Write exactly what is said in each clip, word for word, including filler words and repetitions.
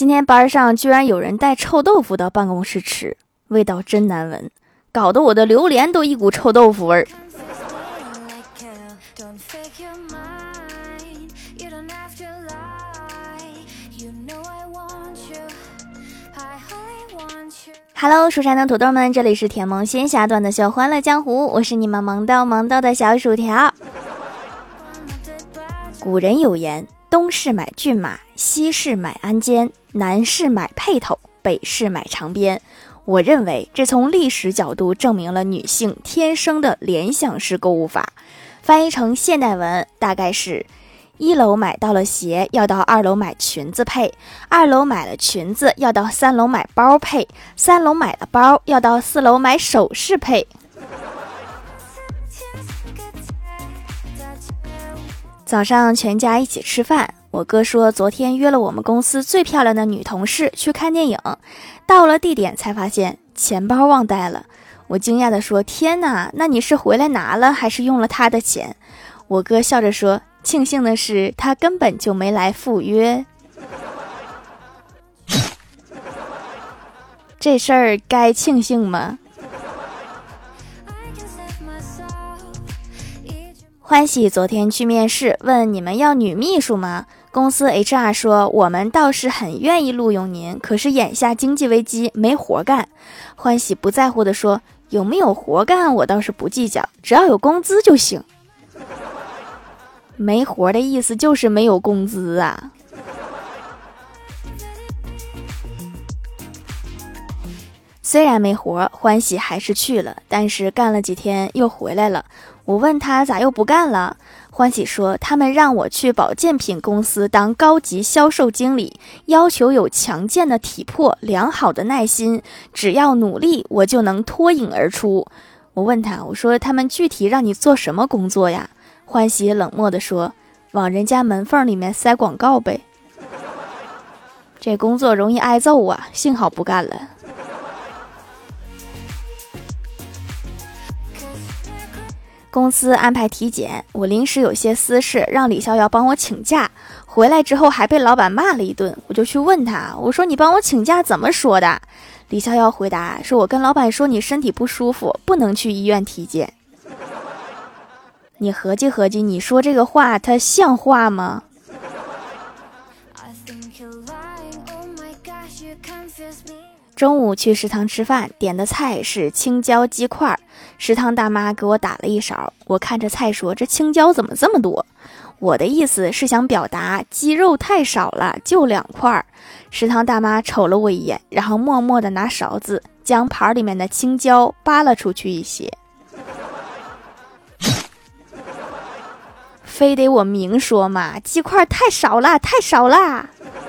今天班上居然有人带臭豆腐到办公室吃，味道真难闻，搞得我的榴莲都一股臭豆腐味儿。Hello， 蜀山的土豆们，这里是甜萌仙侠段的秀欢乐江湖，我是你们萌到萌到的小薯条。古人有言，东市买骏马，西市买鞍鞯，南市买辔头，北市买长鞭。我认为这从历史角度证明了女性天生的联想式购物法。翻译成现代文大概是：一楼买到了鞋，要到二楼买裙子配；二楼买了裙子，要到三楼买包配；三楼买了包，要到四楼买首饰配。早上全家一起吃饭，我哥说昨天约了我们公司最漂亮的女同事去看电影，到了地点才发现钱包忘带了。我惊讶地说：天哪，那你是回来拿了还是用了他的钱？我哥笑着说：庆幸的是他根本就没来赴约。这事儿该庆幸吗？欢喜昨天去面试，问你们要女秘书吗？公司 H R 说我们倒是很愿意录用您，可是眼下经济危机没活干。欢喜不在乎地说，有没有活干我倒是不计较，只要有工资就行。没活的意思就是没有工资啊。虽然没活，欢喜还是去了，但是干了几天又回来了。我问他咋又不干了，欢喜说他们让我去保健品公司当高级销售经理，要求有强健的体魄，良好的耐心，只要努力我就能脱颖而出。我问他，我说他们具体让你做什么工作呀？欢喜冷漠地说，往人家门缝里面塞广告呗。这工作容易挨揍啊，幸好不干了。公司安排体检，我临时有些私事，让李逍遥帮我请假，回来之后还被老板骂了一顿。我就去问他，我说你帮我请假怎么说的？李逍遥回答说，我跟老板说你身体不舒服，不能去医院体检。你合计合计，你说这个话它像话吗？中午去食堂吃饭，点的菜是青椒鸡块，食堂大妈给我打了一勺，我看着菜说，这青椒怎么这么多？我的意思是想表达鸡肉太少了，就两块。食堂大妈瞅了我一眼，然后默默地拿勺子将盘里面的青椒扒了出去一些。非得我明说嘛，鸡块太少了，太少了。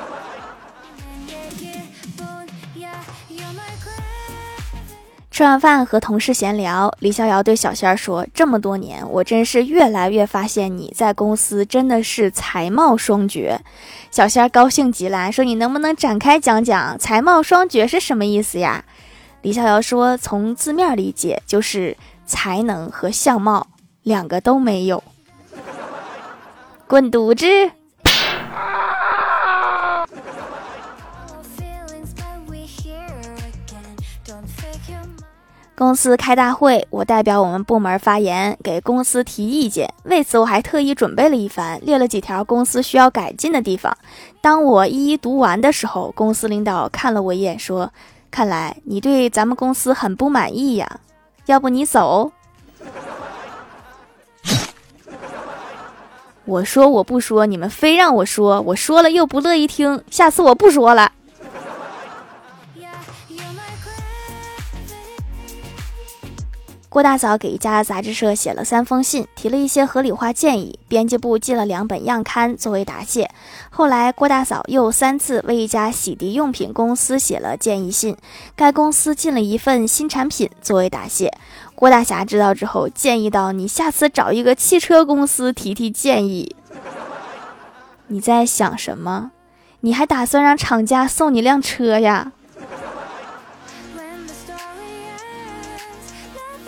吃完饭和同事闲聊，李逍遥对小仙儿说，这么多年我真是越来越发现你在公司真的是才貌双绝。小仙儿高兴极了，说你能不能展开讲讲才貌双绝是什么意思呀？李逍遥说，从字面理解就是才能和相貌两个都没有。滚犊子！公司开大会，我代表我们部门发言，给公司提意见。为此我还特意准备了一番，列了几条公司需要改进的地方。当我一一读完的时候，公司领导看了我一眼说，看来你对咱们公司很不满意呀，要不你走？我说我不说，你们非让我说，我说了又不乐意听，下次我不说了。郭大嫂给一家杂志社写了三封信，提了一些合理化建议，编辑部寄了两本样刊作为答谢。后来郭大嫂又三次为一家洗涤用品公司写了建议信，该公司进了一份新产品作为答谢。郭大侠知道之后建议到，你下次找一个汽车公司提提建议。你在想什么？你还打算让厂家送你辆车呀？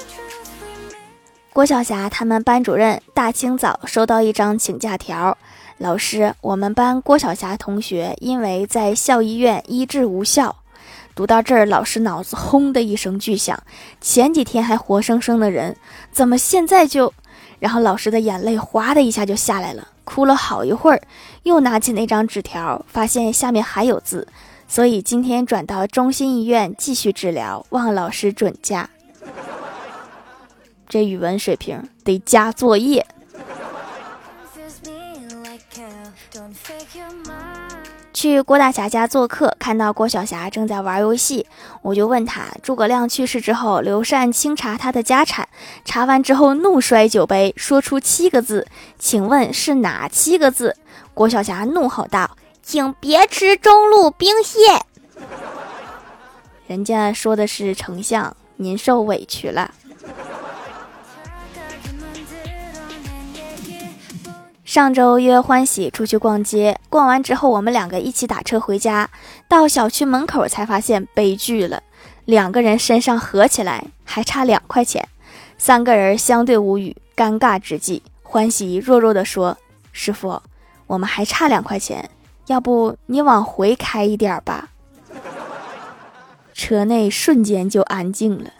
郭晓霞他们班主任大清早收到一张请假条， 老师，我们班郭晓霞同学因为在校医院医治无效。读到这儿，老师脑子轰的一声巨响，前几天还活生生的人，怎么现在就……然后老师的眼泪哗的一下就下来了，哭了好一会儿，又拿起那张纸条，发现下面还有字，所以今天转到中心医院继续治疗，望老师准假。这语文水平得加作业。去郭大侠家做客，看到郭晓霞正在玩游戏，我就问他，诸葛亮去世之后，刘禅清查他的家产，查完之后怒摔酒杯，说出七个字，请问是哪七个字？郭晓霞怒吼道：请别吃中路兵蟹。人家说的是丞相，您受委屈了。上周约欢喜出去逛街，逛完之后我们两个一起打车回家，到小区门口才发现悲剧了，两个人身上合起来还差两块钱，三个人相对无语，尴尬之际，欢喜弱弱地说：师傅，我们还差两块钱，要不你往回开一点吧。车内瞬间就安静了。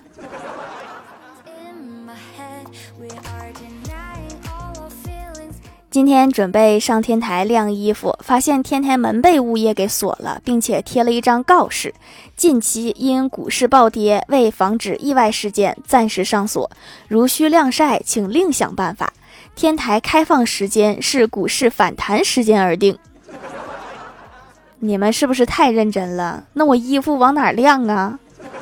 今天准备上天台晾衣服，发现天台门被物业给锁了，并且贴了一张告示，近期因股市暴跌，为防止意外事件暂时上锁，如需晾晒请另想办法，天台开放时间是股市反弹时间而定。你们是不是太认真了？那我衣服往哪晾啊？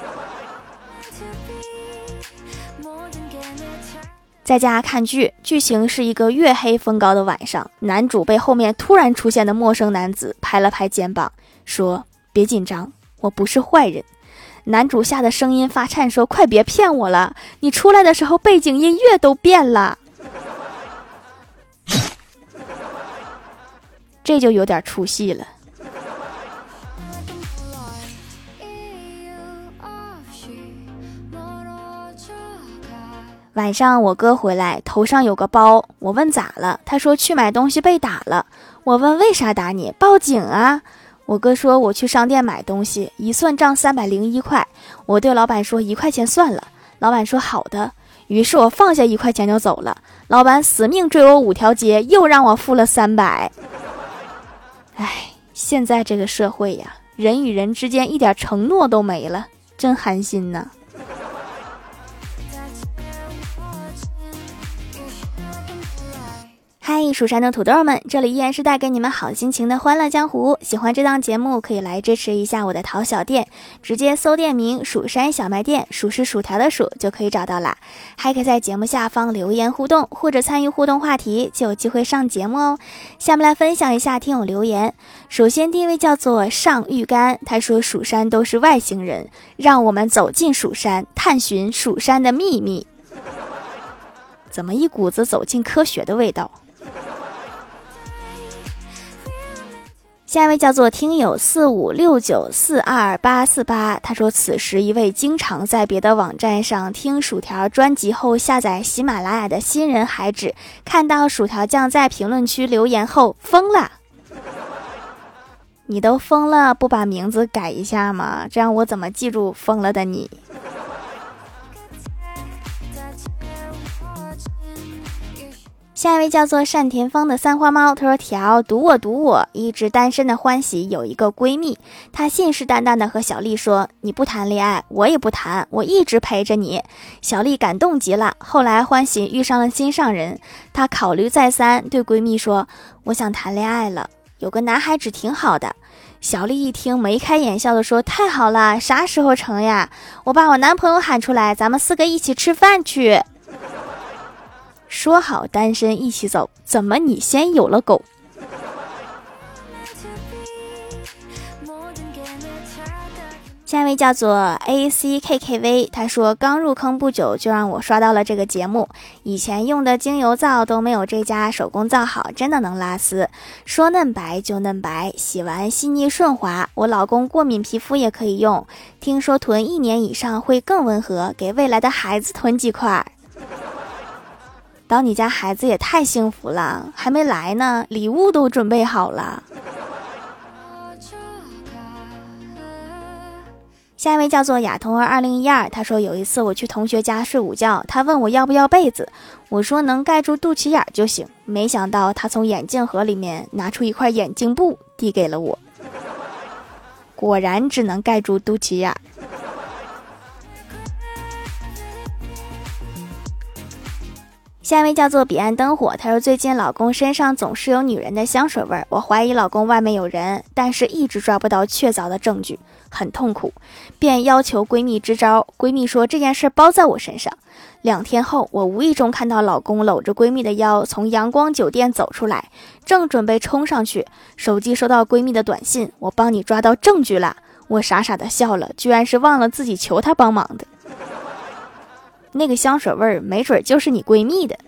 在家看剧，剧情是一个月黑风高的晚上，男主被后面突然出现的陌生男子拍了拍肩膀，说：别紧张，我不是坏人。男主吓得声音发颤，说：快别骗我了，你出来的时候背景音乐都变了。这就有点出戏了。晚上我哥回来，头上有个包，我问咋了，他说去买东西被打了。我问为啥打你，报警啊。我哥说我去商店买东西，一算账三百零一块，我对老板说一块钱算了，老板说好的，于是我放下一块钱就走了，老板死命追我五条街，又让我付了三百。唉，现在这个社会呀，人与人之间一点承诺都没了，真寒心呐。嗨，蜀山的土豆们，这里依然是带给你们好心情的欢乐江湖。喜欢这档节目可以来支持一下我的淘小店，直接搜店名蜀山小卖店，蜀是薯条的蜀就可以找到啦。还可以在节目下方留言互动，或者参与互动话题，就有机会上节目哦。下面来分享一下听友留言。首先第一位叫做上玉干，他说蜀山都是外星人，让我们走进蜀山，探寻蜀山的秘密。怎么一股子走进科学的味道？下一位叫做听友四五六九四二八四八，他说此时一位经常在别的网站上听薯条专辑后下载喜马拉雅的新人还指看到薯条酱在评论区留言后疯了。你都疯了，不把名字改一下吗？这样我怎么记住疯了的你？下一位叫做单田芳的三花猫，他说条赌我赌我，一直单身的欢喜有一个闺蜜，她信誓旦旦的和小丽说，你不谈恋爱我也不谈，我一直陪着你。小丽感动极了，后来欢喜遇上了心上人，她考虑再三，对闺蜜说，我想谈恋爱了，有个男孩子挺好的。小丽一听眉开眼笑的说，太好了，啥时候成呀？我把我男朋友喊出来，咱们四个一起吃饭去。说好单身一起走，怎么你先有了狗？下一位叫做 A C K K V， 他说刚入坑不久就让我刷到了这个节目，以前用的精油皂都没有这家手工皂好，真的能拉丝，说嫩白就嫩白，洗完细腻顺滑，我老公过敏皮肤也可以用，听说囤一年以上会更温和，给未来的孩子囤几块。 当你家孩子也太幸福了，还没来呢，礼物都准备好了。下一位叫做亚童儿二零一二，他说有一次我去同学家睡午觉，他问我要不要被子，我说能盖住肚脐眼就行，没想到他从眼镜盒里面拿出一块眼镜布递给了我，果然只能盖住肚脐眼。下一位叫做彼岸灯火，他说最近老公身上总是有女人的香水味，我怀疑老公外面有人，但是一直抓不到确凿的证据，很痛苦，便要求闺蜜支招。闺蜜说这件事包在我身上。两天后，我无意中看到老公搂着闺蜜的腰从阳光酒店走出来，正准备冲上去，手机收到闺蜜的短信，我帮你抓到证据啦。我傻傻的笑了，居然是忘了自己求她帮忙的。那个香水味儿没准就是你闺蜜的。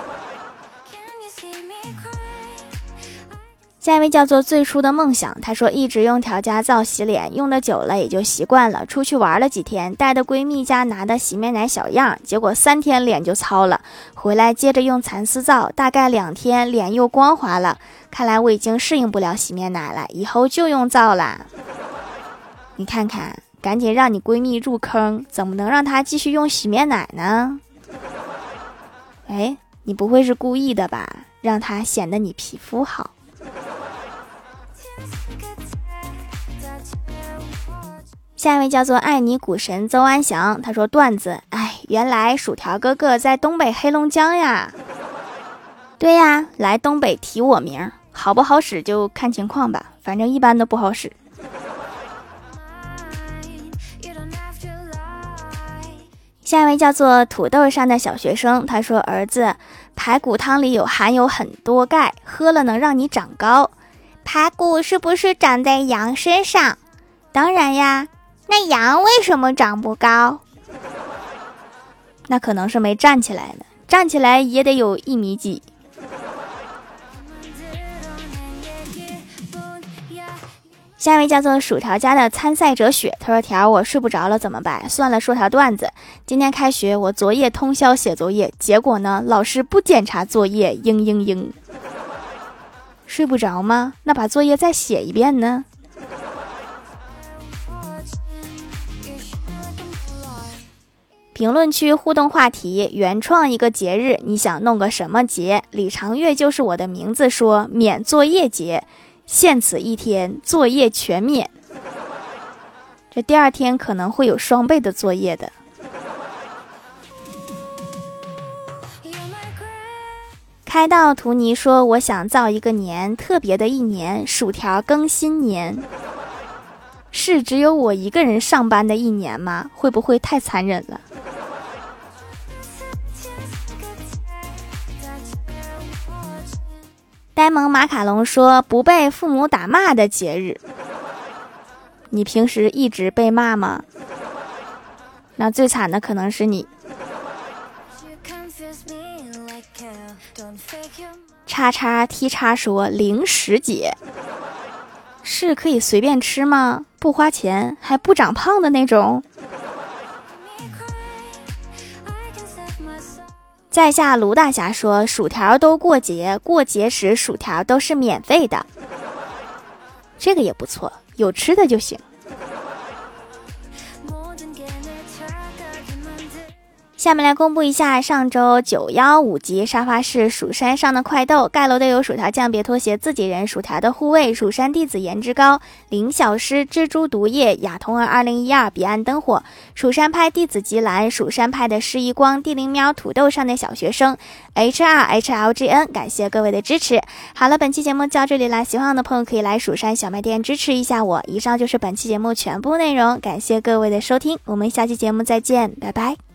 下一位叫做最初的梦想，他说一直用调家皂洗脸，用的久了也就习惯了，出去玩了几天，带的闺蜜家拿的洗面奶小样，结果三天脸就糙了，回来接着用蚕丝皂，大概两天脸又光滑了，看来我已经适应不了洗面奶了，以后就用皂啦。你看看，赶紧让你闺蜜入坑，怎么能让她继续用洗面奶呢？哎，你不会是故意的吧？让她显得你皮肤好。下一位叫做爱你股神邹安祥，他说段子，哎，原来薯条哥哥在东北黑龙江呀。对呀，来东北提我名，好不好使就看情况吧，反正一般都不好使。下一位叫做土豆上的小学生，他说儿子，排骨汤里有含有很多钙，喝了能让你长高。排骨是不是长在羊身上？当然呀，那羊为什么长不高？那可能是没站起来呢，站起来也得有一米几。下一位叫做薯条家的参赛者雪，他说条我睡不着了怎么办？算了，说条段子。今天开学我昨夜通宵写作业，结果呢老师不检查作业，嘤嘤嘤。睡不着吗？那把作业再写一遍呢。评论区互动话题，原创一个节日，你想弄个什么节？李长月就是我的名字说免作业节，限此一天，作业全免。这第二天可能会有双倍的作业的。开道图尼说我想造一个年，特别的一年，薯条更新年。是只有我一个人上班的一年吗？会不会太残忍了？呆萌马卡龙说不被父母打骂的节日。你平时一直被骂吗？那最惨的可能是你。叉叉 T 叉说零食节，是可以随便吃吗？不花钱还不长胖的那种？在下卢大侠说薯条都过节，过节时薯条都是免费的。这个也不错，有吃的就行。下面来公布一下上周九幺五级沙发是蜀山上的快豆，盖楼的有薯条酱别拖鞋，自己人，薯条的护卫，蜀山弟子颜值高，林小诗，蜘蛛毒液，亚童儿二零一二，彼岸灯火，蜀山派弟子吉兰，蜀山派的施一光，地灵喵，土豆上的小学生 H 二 H L G N， 感谢各位的支持。好了，本期节目就到这里啦，喜欢我的朋友可以来蜀山小卖店支持一下我。以上就是本期节目全部内容，感谢各位的收听，我们下期节目再见，拜拜。